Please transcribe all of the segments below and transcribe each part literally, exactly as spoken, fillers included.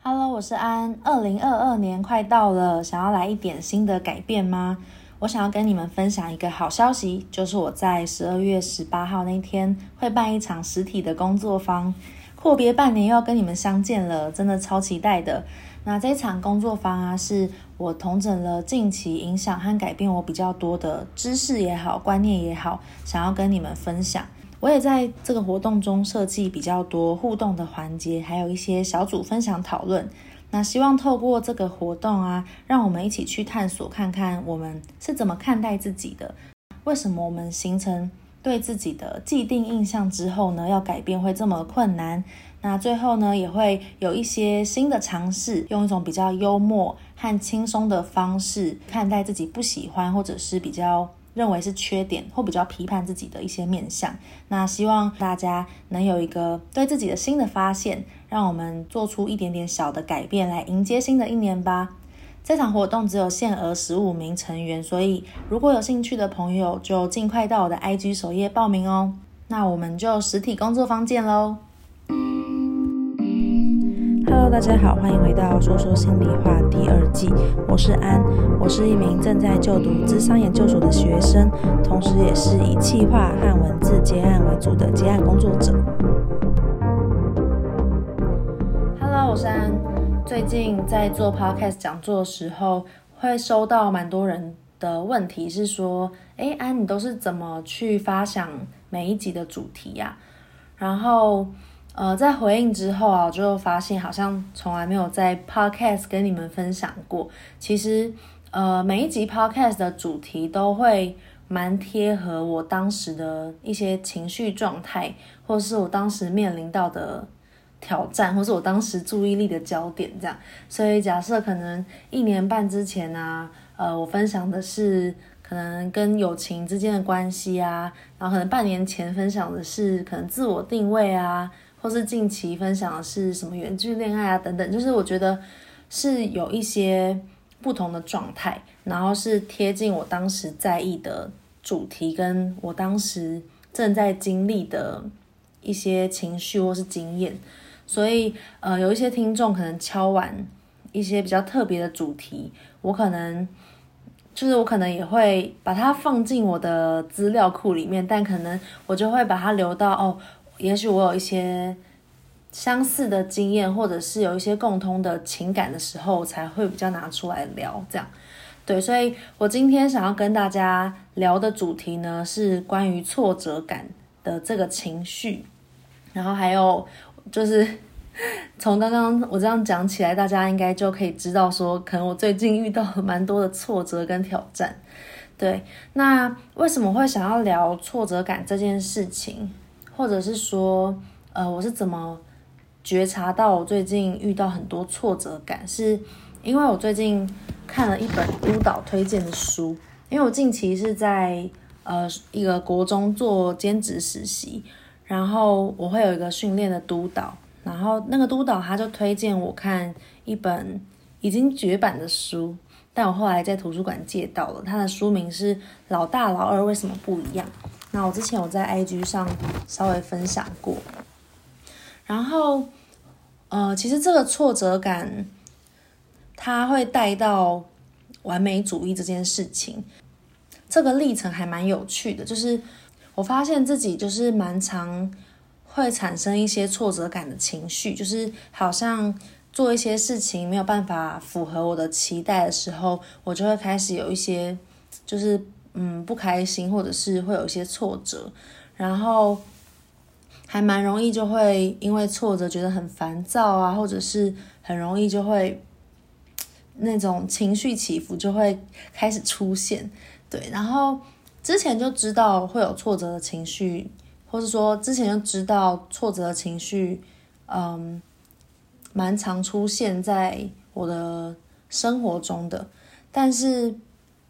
Hello， 我是安。二零二二年快到了，想要来一点新的改变吗？我想要跟你们分享一个好消息，就是我在十二月十八号那天会办一场实体的工作坊。阔别半年又要跟你们相见了，真的超期待的。那这一场工作坊啊，是我统整了近期影响和改变我比较多的知识也好，观念也好，想要跟你们分享。我也在这个活动中设计比较多互动的环节，还有一些小组分享讨论。那希望透过这个活动啊，让我们一起去探索看看我们是怎么看待自己的，为什么我们形成对自己的既定印象之后呢，要改变会这么困难。那最后呢，也会有一些新的尝试，用一种比较幽默和轻松的方式看待自己不喜欢或者是比较认为是缺点或比较批判自己的一些面向。那希望大家能有一个对自己的新的发现，让我们做出一点点小的改变来迎接新的一年吧。这场活动只有限额十五名成员，所以如果有兴趣的朋友就尽快到我的 I G 首页报名哦。那我们就实体工作坊见咯。Hello， 大家好，欢迎回到说说心里话第二季，我是安，我是一名正在就读諮商研究所的学生，同时也是以企划和文字接案为主的接案工作者。Hello， 我是安。最近在做 podcast 讲座的时候，会收到蛮多人的问题是说，诶，安，你都是怎么去发想每一集的主题啊？然后呃，在回应之后啊，我就发现好像从来没有在 podcast 跟你们分享过。其实，呃，每一集 podcast 的主题都会蛮贴合我当时的一些情绪状态，或是我当时面临到的挑战，或是我当时注意力的焦点这样。所以假设可能一年半之前啊，呃，我分享的是可能跟友情之间的关系啊，然后可能半年前分享的是可能自我定位啊，或是近期分享的是什么远距恋爱啊等等，就是我觉得是有一些不同的状态，然后是贴近我当时在意的主题跟我当时正在经历的一些情绪或是经验。所以呃，有一些听众可能敲完一些比较特别的主题，我可能就是我可能也会把它放进我的资料库里面，但可能我就会把它留到哦，也许我有一些相似的经验，或者是有一些共通的情感的时候，才会比较拿出来聊这样。对，所以我今天想要跟大家聊的主题呢，是关于挫折感的这个情绪。然后还有就是从刚刚我这样讲起来，大家应该就可以知道说，可能我最近遇到了蛮多的挫折跟挑战。对，那为什么会想要聊挫折感这件事情，或者是说呃，我是怎么觉察到我最近遇到很多挫折感，是因为我最近看了一本督导推荐的书。因为我近期是在呃一个国中做兼职实习，然后我会有一个训练的督导，然后那个督导他就推荐我看一本已经绝版的书，但我后来在图书馆借到了，它的书名是老大老二为什么不一样。那我之前有在 I G 上稍微分享过。然后呃，其实这个挫折感它会带到完美主义这件事情，这个历程还蛮有趣的。就是我发现自己就是蛮常会产生一些挫折感的情绪，就是好像做一些事情没有办法符合我的期待的时候，我就会开始有一些就是嗯不开心，或者是会有一些挫折，然后还蛮容易就会因为挫折觉得很烦躁啊，或者是很容易就会那种情绪起伏就会开始出现。对，然后之前就知道会有挫折的情绪，或是说之前就知道挫折的情绪嗯，蛮常出现在我的生活中的。但是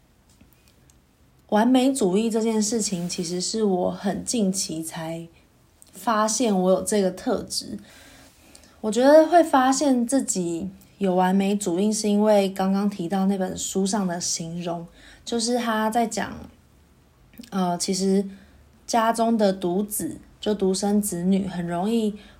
完美主义这件事情其实是我很近期才发现我有这个特质。我觉得会发现自己有完美主义是因为刚刚提到那本书上的形容，就是他在讲呃，其实家中的独子就独生子女很容易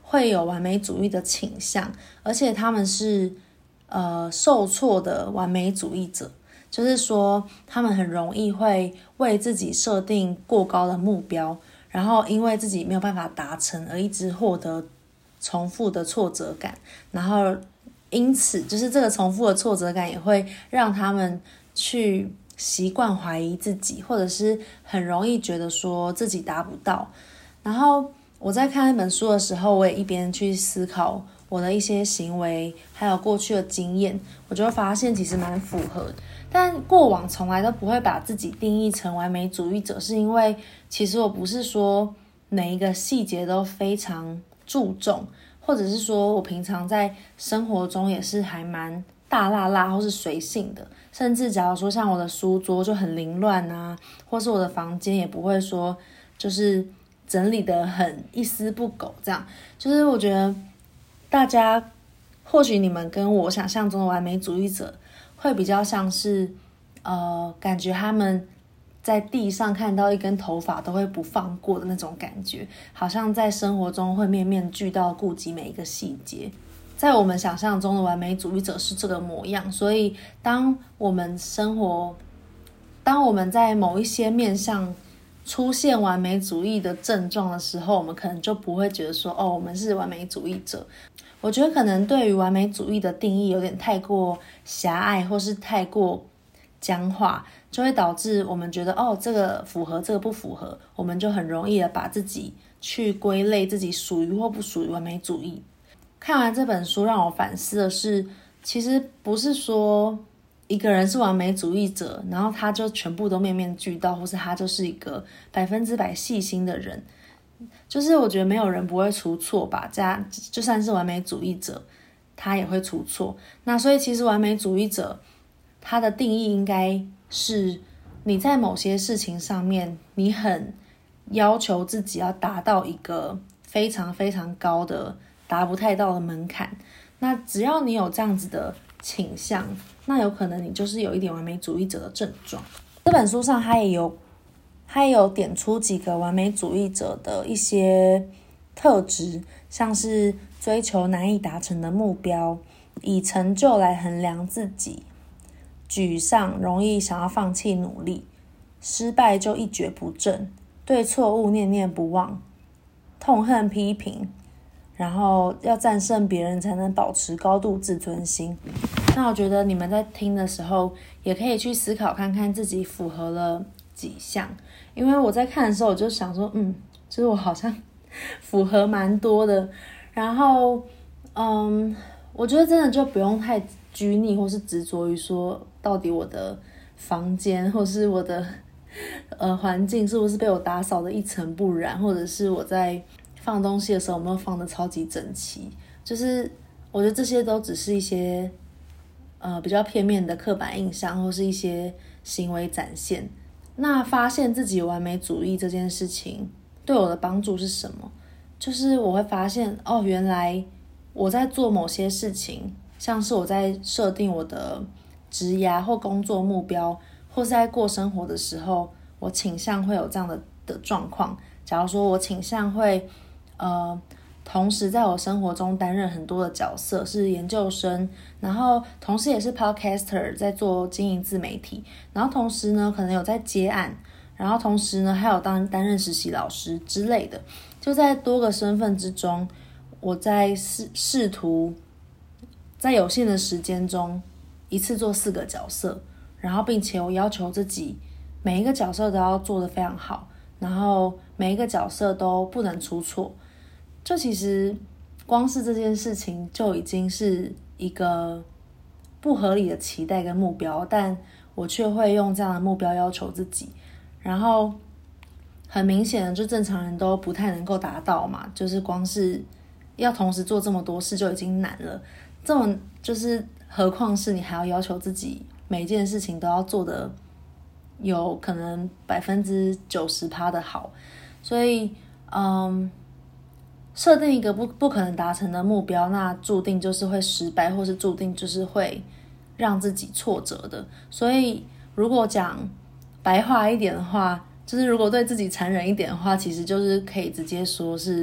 会有完美主义的倾向，而且他们是呃受挫的完美主义者，就是说他们很容易会为自己设定过高的目标，然后因为自己没有办法达成而一直获得重复的挫折感，然后因此就是这个重复的挫折感也会让他们去习惯怀疑自己，或者是很容易觉得说自己达不到。然后我在看那本书的时候，我也一边去思考我的一些行为还有过去的经验，我就会发现其实蛮符合的。但过往从来都不会把自己定义成完美主义者，是因为其实我不是说每一个细节都非常注重，或者是说我平常在生活中也是还蛮大辣辣或是随性的，甚至假如说像我的书桌就很凌乱啊，或是我的房间也不会说就是整理得很一丝不苟，这样就是我觉得大家或许你们跟我想象中的完美主义者会比较像是呃，感觉他们在地上看到一根头发都会不放过的那种感觉，好像在生活中会面面俱到，顾及每一个细节。在我们想象中的完美主义者是这个模样，所以当我们生活当我们在某一些面向出现完美主义的症状的时候，我们可能就不会觉得说哦，我们是完美主义者。我觉得可能对于完美主义的定义有点太过狭隘，或是太过僵化，就会导致我们觉得哦，这个符合，这个不符合，我们就很容易的把自己去归类自己属于或不属于完美主义。看完这本书让我反思的是，其实不是说一个人是完美主义者，然后他就全部都面面俱到，或是他就是一个百分之百细心的人。就是我觉得没有人不会出错吧，加就算是完美主义者他也会出错。那所以其实完美主义者他的定义应该是你在某些事情上面你很要求自己要达到一个非常非常高的达不太到的门槛，那只要你有这样子的倾向，那有可能你就是有一点完美主义者的症状。这本书上他也有他也有点出几个完美主义者的一些特质，像是追求难以达成的目标，以成就来衡量自己，沮丧，容易想要放弃努力，失败就一蹶不振，对错误念念不忘，痛恨批评，然后要战胜别人才能保持高度自尊心。那我觉得你们在听的时候也可以去思考看看自己符合了几项，因为我在看的时候我就想说嗯，就是我好像符合蛮多的。然后嗯，我觉得真的就不用太拘泥或是执着于说到底我的房间或是我的呃环境是不是被我打扫的一尘不染，或者是我在放东西的时候有没有放的超级整齐，就是我觉得这些都只是一些呃比较片面的刻板印象或是一些行为展现。那发现自己完美主义这件事情对我的帮助是什么？就是我会发现哦，原来我在做某些事情，像是我在设定我的职涯或工作目标，或是在过生活的时候，我倾向会有这样的的状况。假如说我倾向会呃同时在我生活中担任很多的角色，是研究生，然后同时也是 podcaster 在做经营自媒体，然后同时呢可能有在接案，然后同时呢还有当担任实习老师之类的，就在多个身份之中，我在试试图在有限的时间中一次做四个角色，然后并且我要求自己每一个角色都要做得非常好，然后每一个角色都不能出错。就其实光是这件事情就已经是一个不合理的期待跟目标，但我却会用这样的目标要求自己，然后很明显的就正常人都不太能够达到嘛，就是光是要同时做这么多事就已经难了，这种就是何况是你还要要求自己每件事情都要做的有可能 百分之九十 的好。所以嗯，设定一个不不可能达成的目标，那注定就是会失败，或是注定就是会让自己挫折的。所以如果讲白话一点的话，就是如果对自己残忍一点的话，其实就是可以直接说是我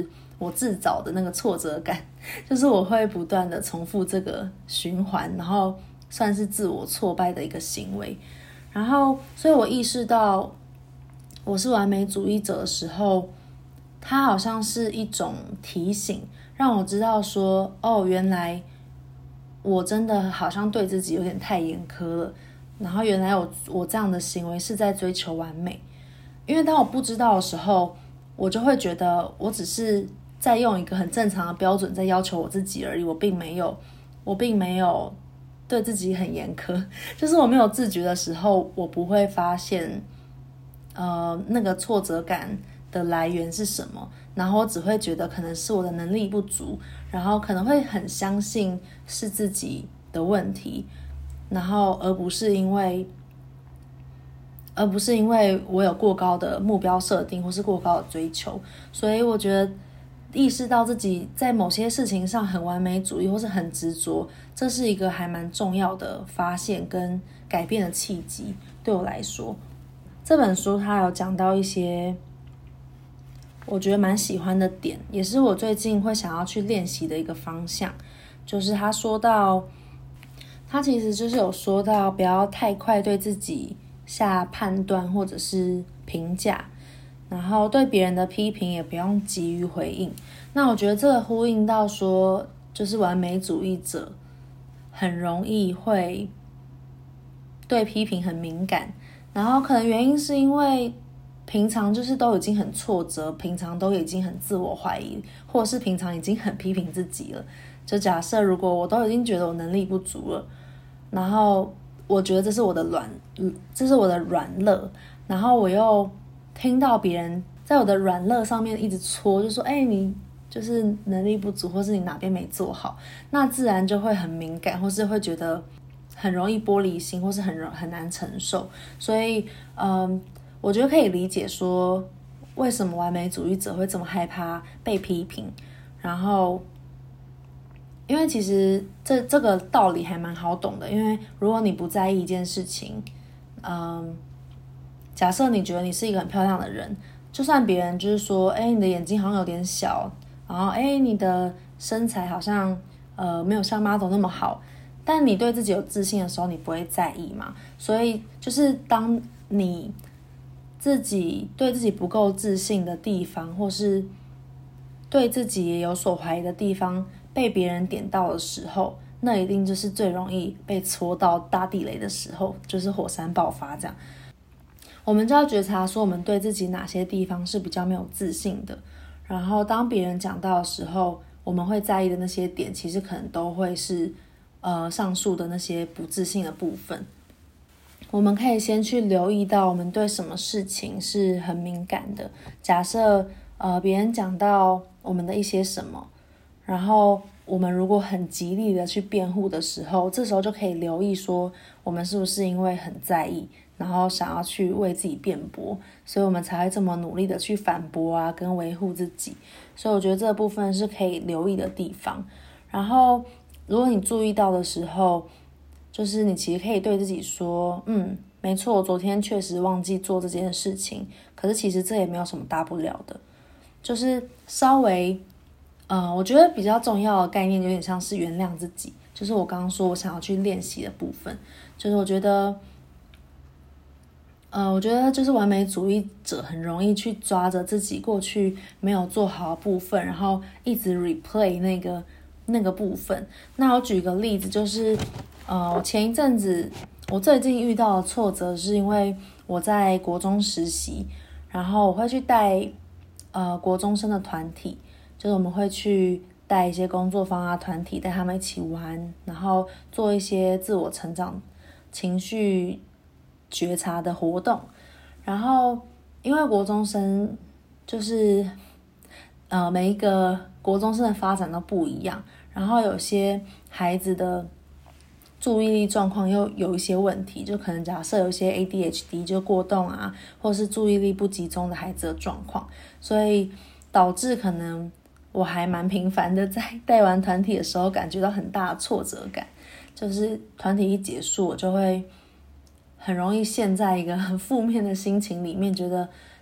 我自找的那个挫折感，就是我会不断的重复这个循环，然后算是自我挫败的一个行为。然后所以我意识到我是完美主义者的时候，它好像是一种提醒，让我知道说，哦，原来我真的好像对自己有点太严苛了，然后原来我我这样的行为是在追求完美。因为当我不知道的时候，我就会觉得我只是在用一个很正常的标准在要求我自己而已，我并没有我并没有对自己很严苛，就是我没有自觉的时候，我不会发现呃那个挫折感的来源是什么，然后我只会觉得可能是我的能力不足，然后可能会很相信是自己的问题，然后而不是因为而不是因为我有过高的目标设定或是过高的追求。所以我觉得意识到自己在某些事情上很完美主义或是很执着，这是一个还蛮重要的发现跟改变的契机。对我来说，这本书它有讲到一些我觉得蛮喜欢的点，也是我最近会想要去练习的一个方向。就是他说到他其实就是有说到不要太快对自己下判断或者是评价，然后对别人的批评也不用急于回应。那我觉得这个呼应到说，就是完美主义者很容易会对批评很敏感，然后可能原因是因为平常就是都已经很挫折，平常都已经很自我怀疑，或者是平常已经很批评自己了。就假设如果我都已经觉得我能力不足了，然后我觉得这是我的软，这是我的软肋，然后我又听到别人在我的软肋上面一直戳，就说哎、欸，你就是能力不足，或是你哪边没做好，那自然就会很敏感，或是会觉得很容易玻璃心，或是很很难承受。所以嗯，我觉得可以理解说为什么完美主义者会这么害怕被批评，然后因为其实这这个道理还蛮好懂的。因为如果你不在意一件事情，嗯，假设你觉得你是一个很漂亮的人，就算别人就是说，哎，你的眼睛好像有点小，然后哎，你的身材好像呃没有像 model 那么好，但你对自己有自信的时候，你不会在意嘛。所以就是当你自己对自己不够自信的地方，或是对自己也有所怀疑的地方被别人点到的时候，那一定就是最容易被戳到大地雷的时候，就是火山爆发这样。我们就要觉察说我们对自己哪些地方是比较没有自信的，然后当别人讲到的时候，我们会在意的那些点，其实可能都会是呃上述的那些不自信的部分。我们可以先去留意到我们对什么事情是很敏感的。假设呃别人讲到我们的一些什么，然后我们如果很极力的去辩护的时候，这时候就可以留意说我们是不是因为很在意，然后想要去为自己辩驳，所以我们才会这么努力的去反驳啊，跟维护自己。所以我觉得这个部分是可以留意的地方。然后如果你注意到的时候，就是你其实可以对自己说，嗯，没错，我昨天确实忘记做这件事情，可是其实这也没有什么大不了的。就是稍微呃，我觉得比较重要的概念有点像是原谅自己，就是我刚刚说我想要去练习的部分。就是我觉得呃，我觉得就是完美主义者很容易去抓着自己过去没有做好的部分，然后一直 replay 那个那个部分。那我举个例子，就是呃，我前一阵子我最近遇到的挫折是因为我在国中实习，然后我会去带呃国中生的团体，就是我们会去带一些工作坊啊团体，带他们一起玩，然后做一些自我成长、情绪觉察的活动。然后因为国中生就是呃每一个国中生的发展都不一样，然后有些孩子的注意力状况又有一些问题，就可能假设有些 A D H D 就过动啊，或是注意力不集中的孩子的状况，所以导致可能我还蛮频繁的在带完团体的时候感觉到很大的挫折感，就是团体一结束，我就会很容易陷在一个很负面的心情里面，觉得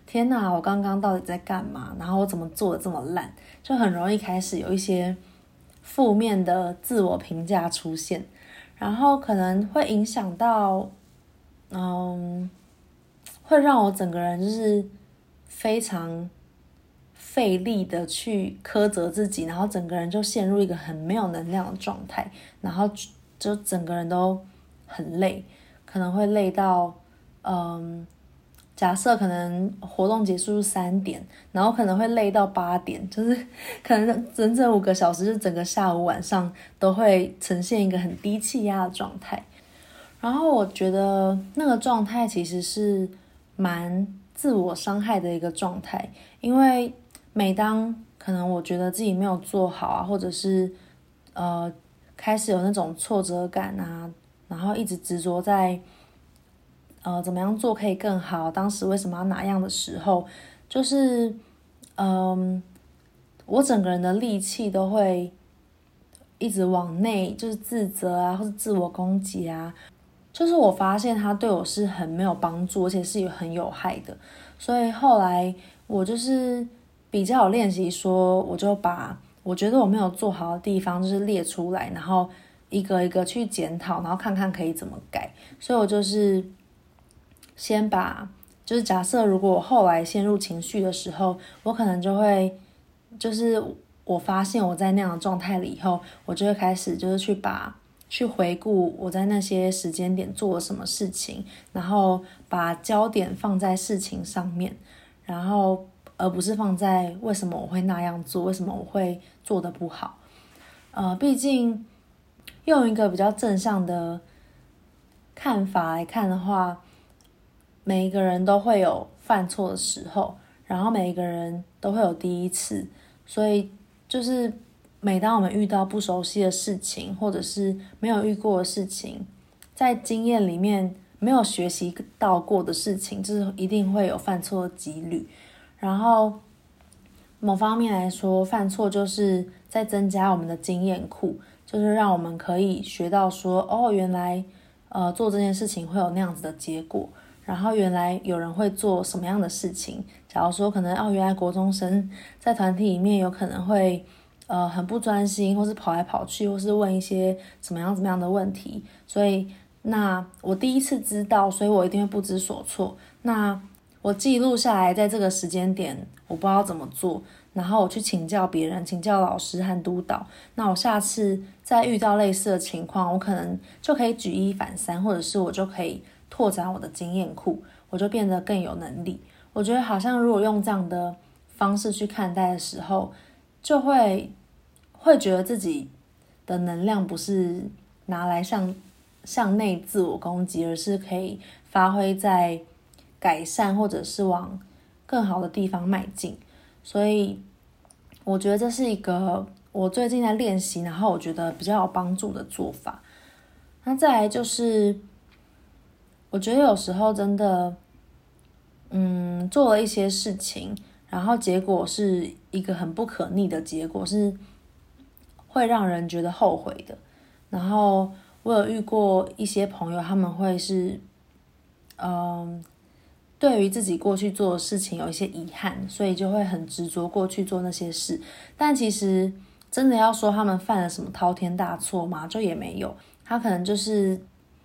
天哪，我刚刚到底在干嘛？然后我怎么做的这么烂？就很容易开始有一些负面的自我评价出现，然后可能会影响到，嗯，会让我整个人就是非常费力的去苛责自己，然后整个人就陷入一个很没有能量的状态，然后就整个人都很累，可能会累到，嗯，假设可能活动结束是三点，然后可能会累到八点，就是可能整整五个小时，就整个下午晚上都会呈现一个很低气压的状态。然后我觉得那个状态其实是蛮自我伤害的一个状态，因为每当可能我觉得自己没有做好啊，或者是呃开始有那种挫折感啊，然后一直执着在呃怎么样做可以更好，当时为什么要哪样的时候，就是嗯、呃、我整个人的力气都会一直往内，就是自责啊，或者自我攻击啊，就是我发现它对我是很没有帮助，而且是很有害的。所以后来我就是比较有练习说，我就把我觉得我没有做好的地方就是列出来，然后一个一个去检讨，然后看看可以怎么改。所以我就是先把，就是假设如果我后来陷入情绪的时候，我可能就会就是我发现我在那样的状态里以后，我就会开始就是去把去回顾我在那些时间点做了什么事情，然后把焦点放在事情上面，然后而不是放在为什么我会那样做，为什么我会做得不好。呃，毕竟用一个比较正向的看法来看的话，每一个人都会有犯错的时候，然后每一个人都会有第一次，所以就是每当我们遇到不熟悉的事情，或者是没有遇过的事情，在经验里面没有学习到过的事情，就是一定会有犯错的几率。然后某方面来说，犯错就是在增加我们的经验库，就是让我们可以学到说，哦，原来呃做这件事情会有那样子的结果，然后原来有人会做什么样的事情。假如说可能哦，原来国中生在团体里面有可能会呃很不专心，或是跑来跑去，或是问一些怎么样怎么样的问题，所以那我第一次知道，所以我一定会不知所措。那我记录下来，在这个时间点我不知道怎么做，然后我去请教别人，请教老师和督导。那我下次再遇到类似的情况，我可能就可以举一反三，或者是我就可以拓展我的经验库，我就变得更有能力。我觉得好像如果用这样的方式去看待的时候，就会会觉得自己的能量不是拿来向向内自我攻击，而是可以发挥在改善或者是往更好的地方迈进。所以我觉得这是一个我最近在练习，然后我觉得比较有帮助的做法。那再来就是我觉得有时候真的嗯做了一些事情，然后结果是一个很不可逆的结果，是会让人觉得后悔的。然后我有遇过一些朋友，他们会是嗯对于自己过去做的事情有一些遗憾，所以就会很执着过去做那些事。但其实真的要说他们犯了什么滔天大错吗？就也没有。他可能就是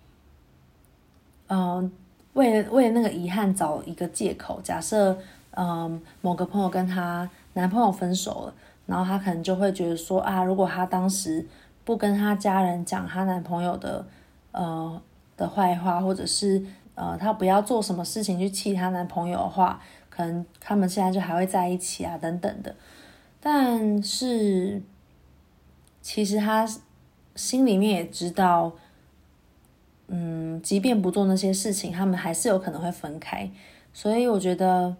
嗯为了为了那个遗憾找一个借口。假设嗯某个朋友跟她男朋友分手了，然后她可能就会觉得说啊，如果她当时不跟她家人讲她男朋友的呃的坏话，或者是呃她不要做什么事情去气她男朋友的话，可能他们现在就还会在一起啊等等的。但是其实她心里面也知道，嗯，即便不做那些事情，他们还是有可能会分开。所以我觉得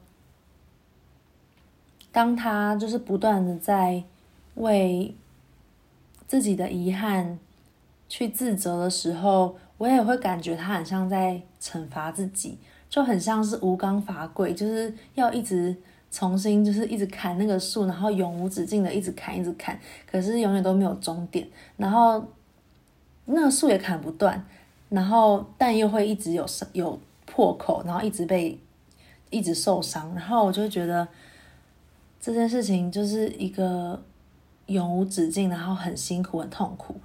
当他就是不断的在为自己的遗憾去自责的时候，我也会感觉他很像在惩罚自己，就很像是无刚伐桂，就是要一直重新就是一直砍那个树，然后永无止境的一直砍一直砍，可是永远都没有终点，然后那个树也砍不断，然后但又会一直有有破口，然后一直被一直受伤，然后我就会觉得这件事情就是一个永无止境，然后很辛苦很痛苦。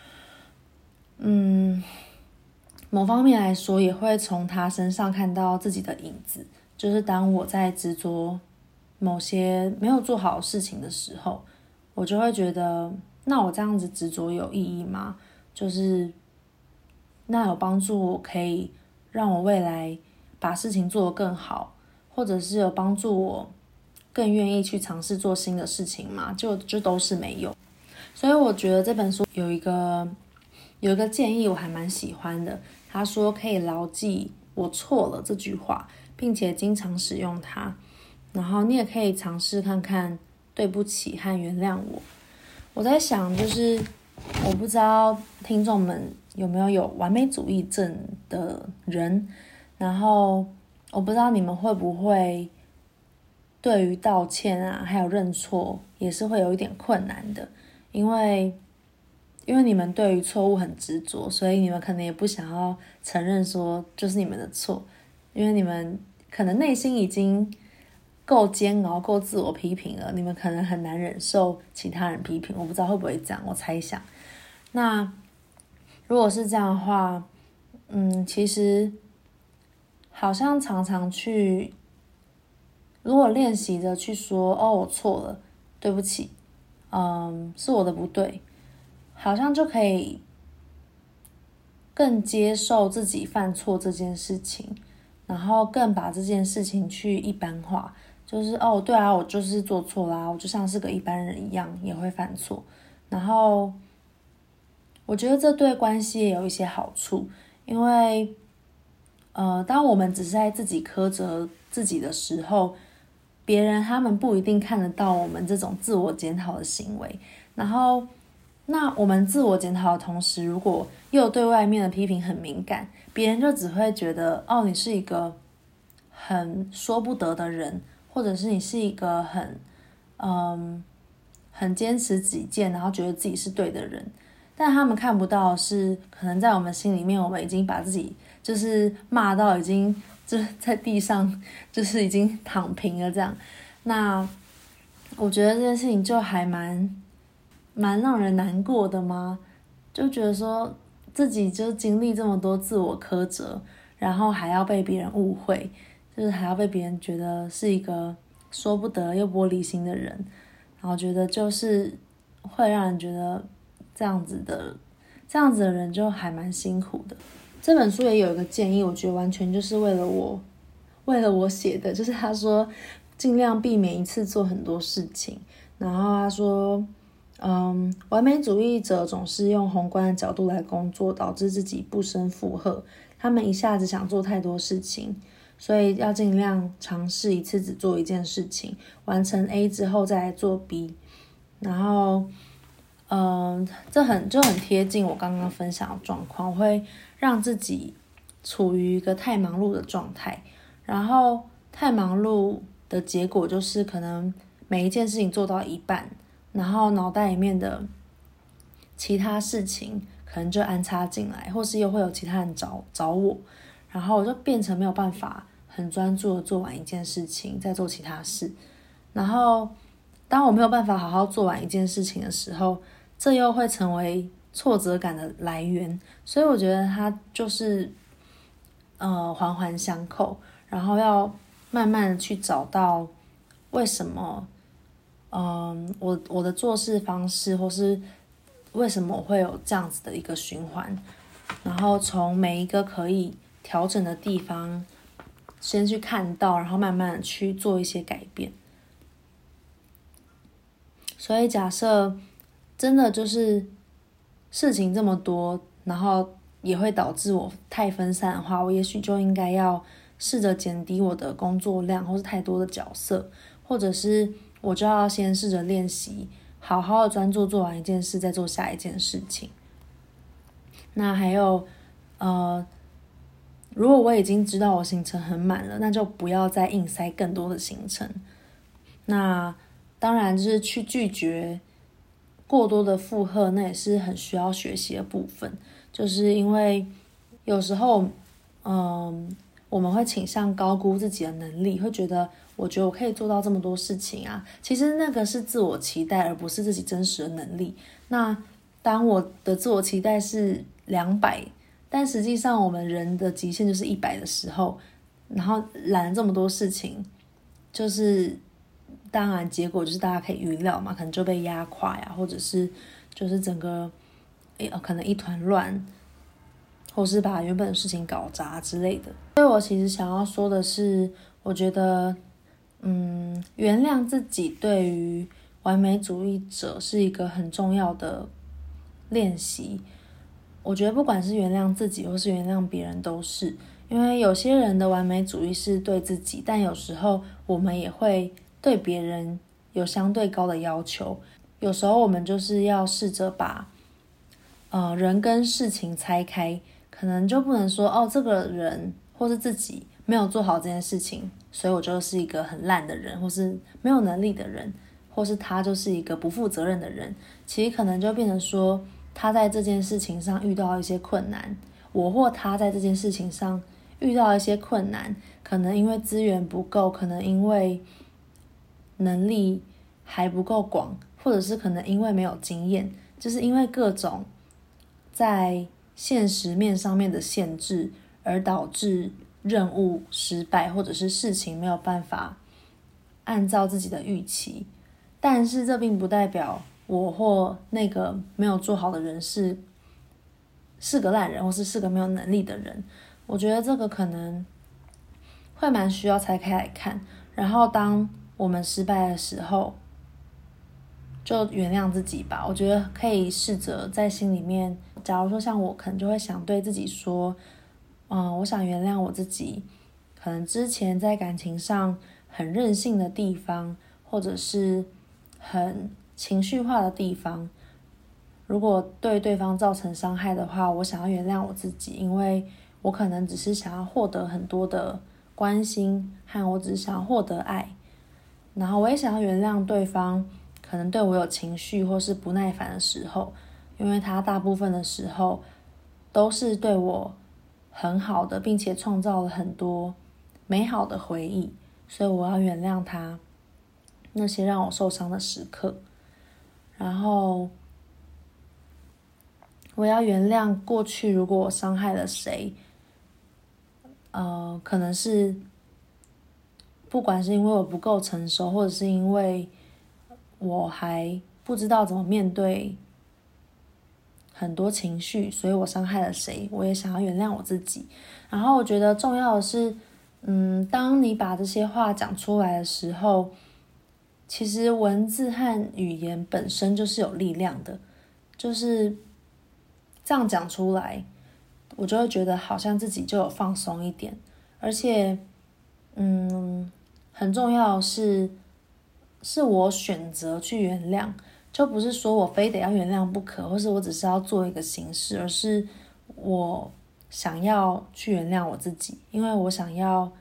嗯，某方面来说也会从他身上看到自己的影子，就是当我在执着某些没有做好的事情的时候，我就会觉得那我这样子执着有意义吗？就是那有帮助我可以让我未来把事情做得更好，或者是有帮助我更愿意去尝试做新的事情吗？就就都是没有。所以我觉得这本书有一个有一个建议我还蛮喜欢的，他说可以牢记我错了这句话，并且经常使用它，然后你也可以尝试看看对不起和原谅我。我在想，就是我不知道听众们有没有有完美主义症的人，然后我不知道你们会不会对于道歉啊还有认错也是会有一点困难的，因为因为你们对于错误很执着，所以你们可能也不想要承认说就是你们的错，因为你们可能内心已经够煎熬够自我批评了，你们可能很难忍受其他人批评，我不知道会不会这样，我猜想。那如果是这样的话，嗯，其实好像常常去如果练习着去说哦我错了，对不起，嗯，是我的不对，好像就可以更接受自己犯错这件事情，然后更把这件事情去一般化，就是哦对啊，我就是做错啦，我就像是个一般人一样也会犯错。然后我觉得这对关系也有一些好处，因为呃，当我们只是在自己苛责自己的时候，别人他们不一定看得到我们这种自我检讨的行为，然后那我们自我检讨的同时，如果又对外面的批评很敏感，别人就只会觉得哦，你是一个很说不得的人，或者是你是一个很嗯很坚持己见，然后觉得自己是对的人。但他们看不到是可能在我们心里面，我们已经把自己就是骂到已经就是在地上就是已经躺平了这样。那我觉得这件事情就还蛮蛮让人难过的吗？就觉得说自己就经历这么多自我苛责，然后还要被别人误会，就是还要被别人觉得是一个说不得又玻璃心的人，然后觉得就是会让人觉得这样子的这样子的人就还蛮辛苦的。这本书也有一个建议，我觉得完全就是为了我为了我写的，就是他说尽量避免一次做很多事情，然后他说嗯，完美主义者总是用宏观的角度来工作，导致自己不胜负荷，他们一下子想做太多事情，所以要尽量尝试一次只做一件事情，完成 A 之后再来做 B， 然后嗯，这很就很贴近我刚刚分享的状况，我会让自己处于一个太忙碌的状态，然后太忙碌的结果就是可能每一件事情做到一半，然后脑袋里面的其他事情可能就安插进来，或是又会有其他人找找我，然后我就变成没有办法很专注的做完一件事情，再做其他事。然后当我没有办法好好做完一件事情的时候，这又会成为挫折感的来源，所以我觉得它就是呃环环相扣，然后要慢慢的去找到为什么嗯我我的做事方式，或是为什么我会有这样子的一个循环，然后从每一个可以调整的地方先去看到，然后慢慢的去做一些改变。所以假设真的就是事情这么多，然后也会导致我太分散的话，我也许就应该要试着减低我的工作量，或是太多的角色，或者是我就要先试着练习好好的专注做完一件事，再做下一件事情。那还有呃如果我已经知道我行程很满了，那就不要再硬塞更多的行程。那当然就是去拒绝过多的负荷，那也是很需要学习的部分，就是因为有时候嗯， 我们会倾向高估自己的能力，会觉得我觉得我可以做到这么多事情啊，其实那个是自我期待，而不是自己真实的能力。那当我的自我期待是两百，但实际上我们人的极限就是一百的时候，然后揽了这么多事情，就是当然结果就是大家可以预料嘛，可能就被压垮呀，或者是就是整个可能一团乱，或是把原本的事情搞砸之类的。所以我其实想要说的是，我觉得嗯，原谅自己对于完美主义者是一个很重要的练习。我觉得不管是原谅自己或是原谅别人都是，因为有些人的完美主义是对自己，但有时候我们也会对别人有相对高的要求。有时候我们就是要试着把呃人跟事情拆开，可能就不能说哦这个人或是自己没有做好这件事情，所以我就是一个很烂的人，或是没有能力的人，或是他就是一个不负责任的人。其实可能就变成说他在这件事情上遇到一些困难，我或他在这件事情上遇到一些困难，可能因为资源不够，可能因为能力还不够广，或者是可能因为没有经验，就是因为各种在现实面上面的限制而导致任务失败，或者是事情没有办法按照自己的预期。但是这并不代表我或那个没有做好的人是是个烂人，或是是个没有能力的人。我觉得这个可能会蛮需要拆开来看，然后当我们失败的时候就原谅自己吧。我觉得可以试着在心里面，假如说像我可能就会想对自己说嗯，我想原谅我自己可能之前在感情上很任性的地方，或者是很情绪化的地方。如果对对方造成伤害的话，我想要原谅我自己，因为我可能只是想要获得很多的关心，和我只是想要获得爱。然后我也想要原谅对方可能对我有情绪或是不耐烦的时候，因为他大部分的时候都是对我很好的，并且创造了很多美好的回忆，所以我要原谅他那些让我受伤的时刻。然后我要原谅过去如果我伤害了谁，呃，可能是不管是因为我不够成熟，或者是因为我还不知道怎么面对很多情绪，所以我伤害了谁，我也想要原谅我自己。然后我觉得重要的是嗯，当你把这些话讲出来的时候，其实文字和语言本身就是有力量的，就是这样讲出来，我就会觉得好像自己就有放松一点。而且嗯，很重要的是是我选择去原谅，就不是说我非得要原谅不可，或是我只是要做一个形式，而是我想要去原谅我自己，因为我想要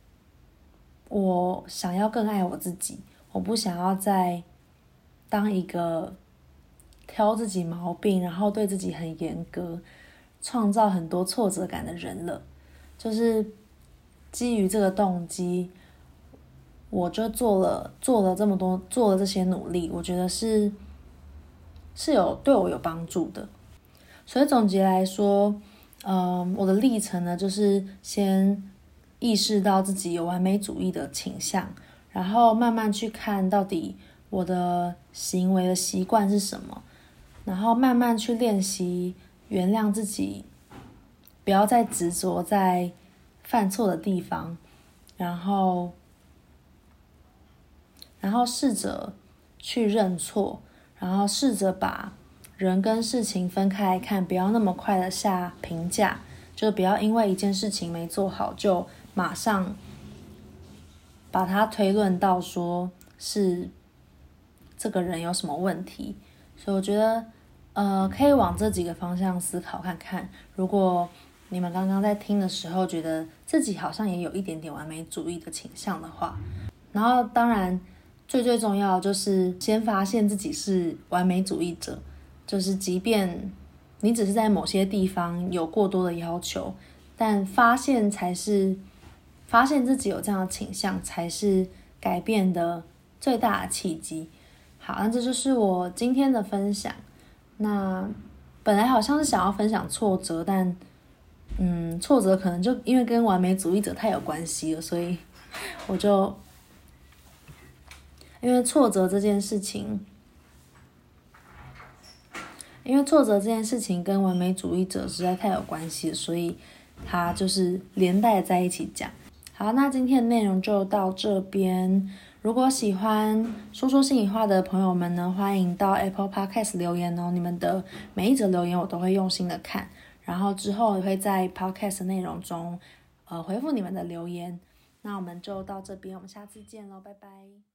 我想要更爱我自己，我不想要再当一个挑自己毛病，然后对自己很严格，创造很多挫折感的人了。就是基于这个动机，我就做了做了这么多，做了这些努力，我觉得是是有对我有帮助的。所以总结来说，嗯，我的历程呢，就是先意识到自己有完美主义的倾向，然后慢慢去看到底我的行为的习惯是什么，然后慢慢去练习原谅自己，不要再执着在犯错的地方，然后然后试着去认错，然后试着把人跟事情分开来看，不要那么快的下评价，就是不要因为一件事情没做好就马上把它推论到说是这个人有什么问题。所以我觉得呃，可以往这几个方向思考看看。如果你们刚刚在听的时候觉得自己好像也有一点点完美主义的倾向的话，然后当然最最重要的就是先发现自己是完美主义者，就是即便你只是在某些地方有过多的要求，但发现才是发现自己有这样的倾向才是改变的最大的契机。好，那这就是我今天的分享。那本来好像是想要分享挫折，但嗯，挫折可能就因为跟完美主义者太有关系了，所以我就因为挫折这件事情，因为挫折这件事情跟完美主义者实在太有关系了，所以它就是连带在一起讲。好，那今天的内容就到这边。如果喜欢说说心里话的朋友们呢，欢迎到 Apple Podcast 留言哦。你们的每一则留言我都会用心的看，然后之后也会在 Podcast 内容中呃回复你们的留言。那我们就到这边，我们下次见咯，拜拜。